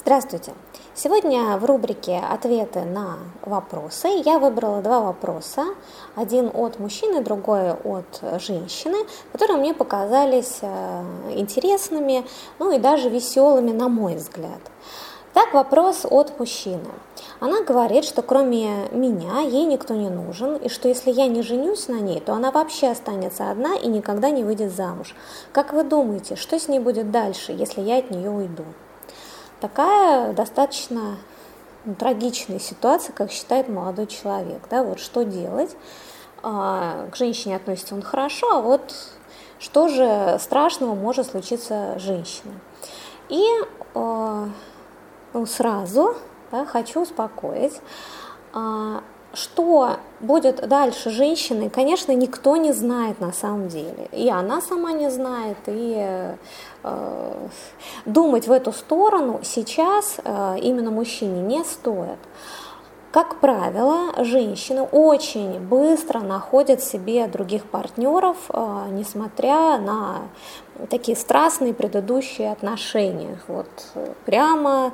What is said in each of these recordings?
Здравствуйте! Сегодня в рубрике «Ответы на вопросы» я выбрала два вопроса. Один от мужчины, другой от женщины, которые мне показались интересными, ну и даже веселыми, на мой взгляд. Так, вопрос от мужчины. Она говорит, что кроме меня ей никто не нужен, и что если я не женюсь на ней, то она вообще останется одна и никогда не выйдет замуж. Как вы думаете, что с ней будет дальше, если я от нее уйду? Такая достаточно трагичная ситуация, как считает молодой человек. Да, вот что делать? К женщине относится он хорошо, а вот что же страшного может случиться с женщиной? И сразу хочу успокоить. Что будет дальше с женщиной, конечно, никто не знает на самом деле. И она сама не знает, и думать в эту сторону сейчас именно мужчине не стоит. Как правило, женщины очень быстро находят себе других партнеров, несмотря на такие страстные предыдущие отношения. Вот прямо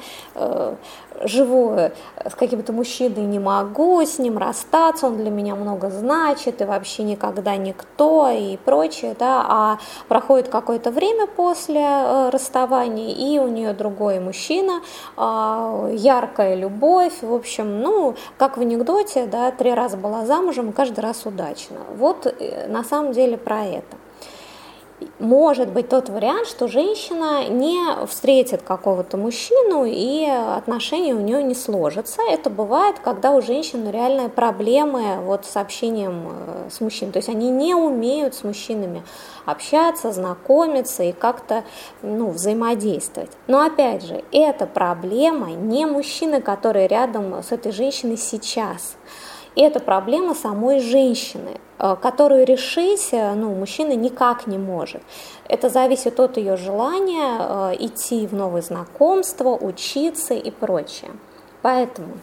живу с каким-то мужчиной, не могу с ним расстаться, он для меня много значит, и вообще никогда никто, и прочее, да, а проходит какое-то время после расставания, и у нее другой мужчина, яркая любовь, в общем, как в анекдоте, да, 3 раза была замужем, и каждый раз удачно. Вот на самом деле про это. Может быть тот вариант, что женщина не встретит какого-то мужчину и отношения у нее не сложатся. Это бывает, когда у женщин реальные проблемы с общением с мужчиной. То есть они не умеют с мужчинами общаться, знакомиться и как-то взаимодействовать. Но опять же, эта проблема не мужчины, который рядом с этой женщиной сейчас. Это проблема самой женщины, которую решить мужчина никак не может. Это зависит от ее желания идти в новые знакомства, учиться и прочее. Поэтому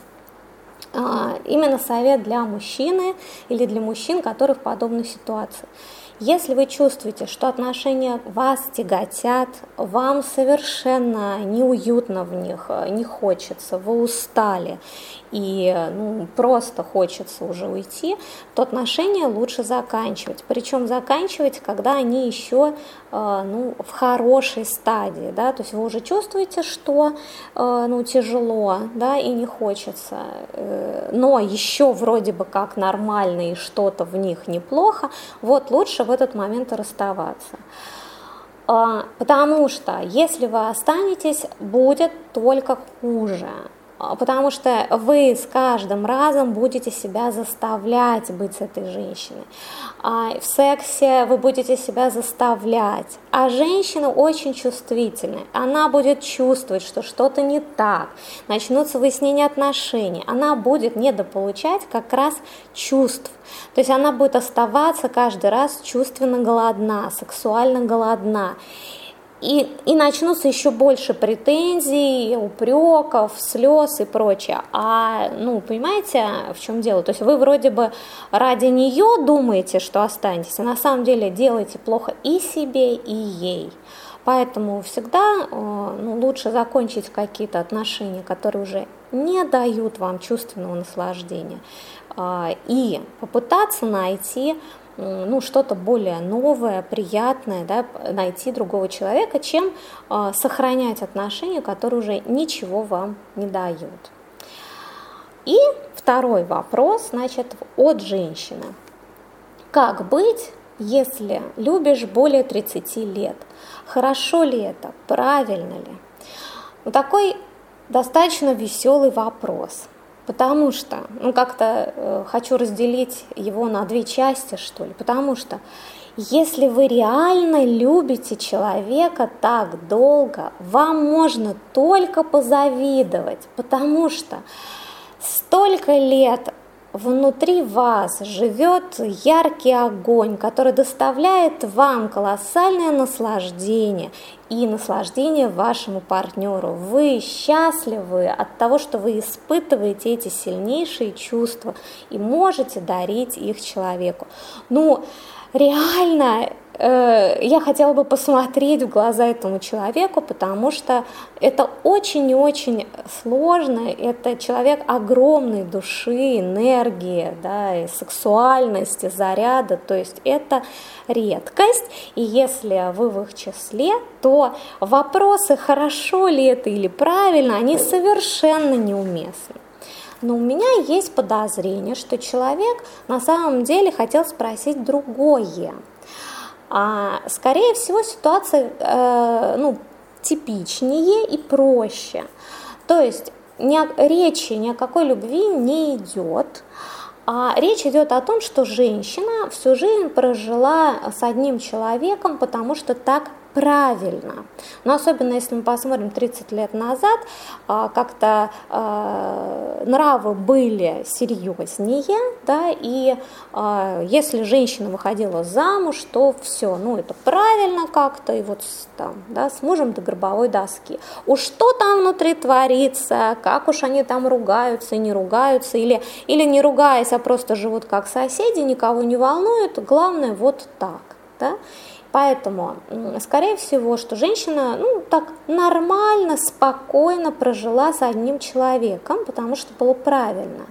именно совет для мужчины или для мужчин, которые в подобной ситуации. Если вы чувствуете, что отношения вас тяготят, вам совершенно неуютно в них, не хочется, вы устали и просто хочется уже уйти, то отношения лучше заканчивать. Причем заканчивать, когда они еще в хорошей стадии, да, то есть вы уже чувствуете, что тяжело, да, и не хочется, но еще вроде бы как нормально и что-то в них неплохо, вот лучше в этот момент и расставаться. Потому что если вы останетесь, будет только хуже. Потому что вы с каждым разом будете себя заставлять быть с этой женщиной. В сексе вы будете себя заставлять. А женщина очень чувствительная. Она будет чувствовать, что что-то не так. Начнутся выяснения отношений. Она будет недополучать как раз чувств. То есть она будет оставаться каждый раз чувственно голодна, сексуально голодна. И начнутся еще больше претензий, упреков, слез и прочее. Понимаете, в чем дело? То есть вы вроде бы ради нее думаете, что останетесь, а на самом деле делаете плохо и себе, и ей. Поэтому всегда лучше закончить какие-то отношения, которые уже не дают вам чувственного наслаждения, и попытаться найти что-то более новое, приятное, да, найти другого человека, чем сохранять отношения, которые уже ничего вам не дают. И второй вопрос, от женщины. Как быть, если любишь более 30 лет? Хорошо ли это? Правильно ли? Такой достаточно веселый вопрос. Потому что, как-то хочу разделить его на 2 части, что ли. Потому что если вы реально любите человека так долго, вам можно только позавидовать, потому что столько лет внутри вас живет яркий огонь, который доставляет вам колоссальное наслаждение и наслаждение вашему партнеру. Вы счастливы от того, что вы испытываете эти сильнейшие чувства и можете дарить их человеку. Реально я хотела бы посмотреть в глаза этому человеку, потому что это очень и очень сложно. Это человек огромной души, энергии, да, и сексуальности, заряда. То есть это редкость. И если вы в их числе, то вопросы, хорошо ли это или правильно, они совершенно неуместны. Но у меня есть подозрение, что человек на самом деле хотел спросить другое. Скорее всего, ситуация типичнее и проще. То есть речи ни о какой любви не идет. Речь идет о том, что женщина всю жизнь прожила с одним человеком, потому что так правильно. Но особенно если мы посмотрим 30 лет назад, как-то нравы были серьезнее, да, и если женщина выходила замуж, то все, это правильно как-то, и вот там, да, с мужем до гробовой доски. Уж что там внутри творится, как уж они там ругаются и не ругаются, или не ругаясь, а просто живут как соседи, никого не волнует, главное вот так, да. Поэтому, скорее всего, что женщина, так нормально, спокойно прожила с одним человеком, потому что было правильно.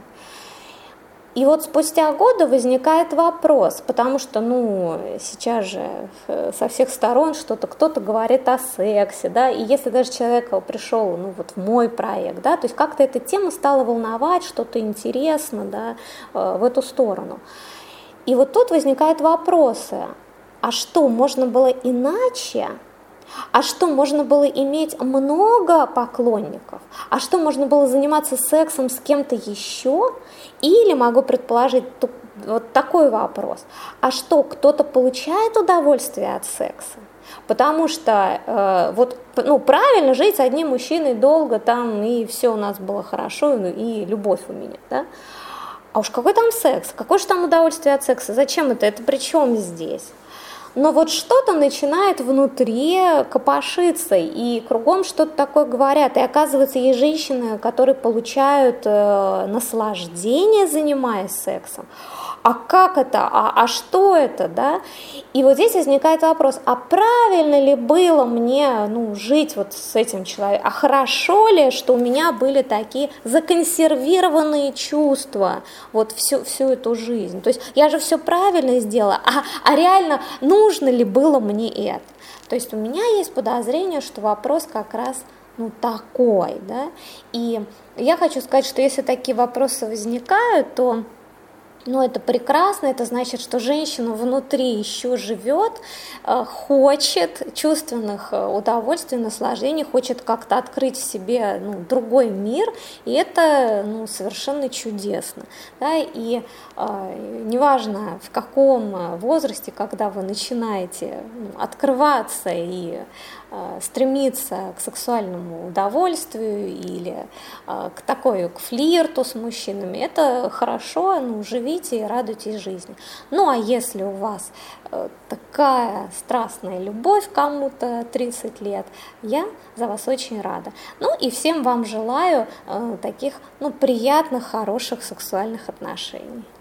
И вот спустя годы возникает вопрос, потому что, сейчас же со всех сторон кто-то говорит о сексе, да, и если даже человек пришел, в мой проект, да, то есть как-то эта тема стала волновать, что-то интересно, да, в эту сторону. И вот тут возникают вопросы. А что, можно было иначе? А что, можно было иметь много поклонников? А что, можно было заниматься сексом с кем-то еще? Или могу предположить вот такой вопрос. А что, кто-то получает удовольствие от секса? Потому что правильно жить с одним мужчиной долго там, и все у нас было хорошо, и любовь у меня, да? А уж какой там секс? Какое же там удовольствие от секса? Зачем это? Это при чем здесь? Но вот что-то начинает внутри копошиться, и кругом что-то такое говорят. И оказывается, есть женщины, которые получают наслаждение, занимаясь сексом. А как это? А что это, да? И вот здесь возникает вопрос, а правильно ли было мне, жить вот с этим человеком? А хорошо ли, что у меня были такие законсервированные чувства вот всю эту жизнь? То есть я же все правильно сделала, а реально нужно ли было мне это? То есть у меня есть подозрение, что вопрос как раз такой, да? И я хочу сказать, что если такие вопросы возникают, то это прекрасно, это значит, что женщина внутри еще живет, хочет чувственных удовольствий, наслаждений, хочет как-то открыть в себе другой мир, и это совершенно чудесно. Да? И неважно, в каком возрасте, когда вы начинаете открываться и стремиться к сексуальному удовольствию или к флирту с мужчинами, это хорошо, живите и радуйтесь жизни. А если у вас такая страстная любовь к кому-то 30 лет, я за вас очень рада. И всем вам желаю таких приятных, хороших сексуальных отношений.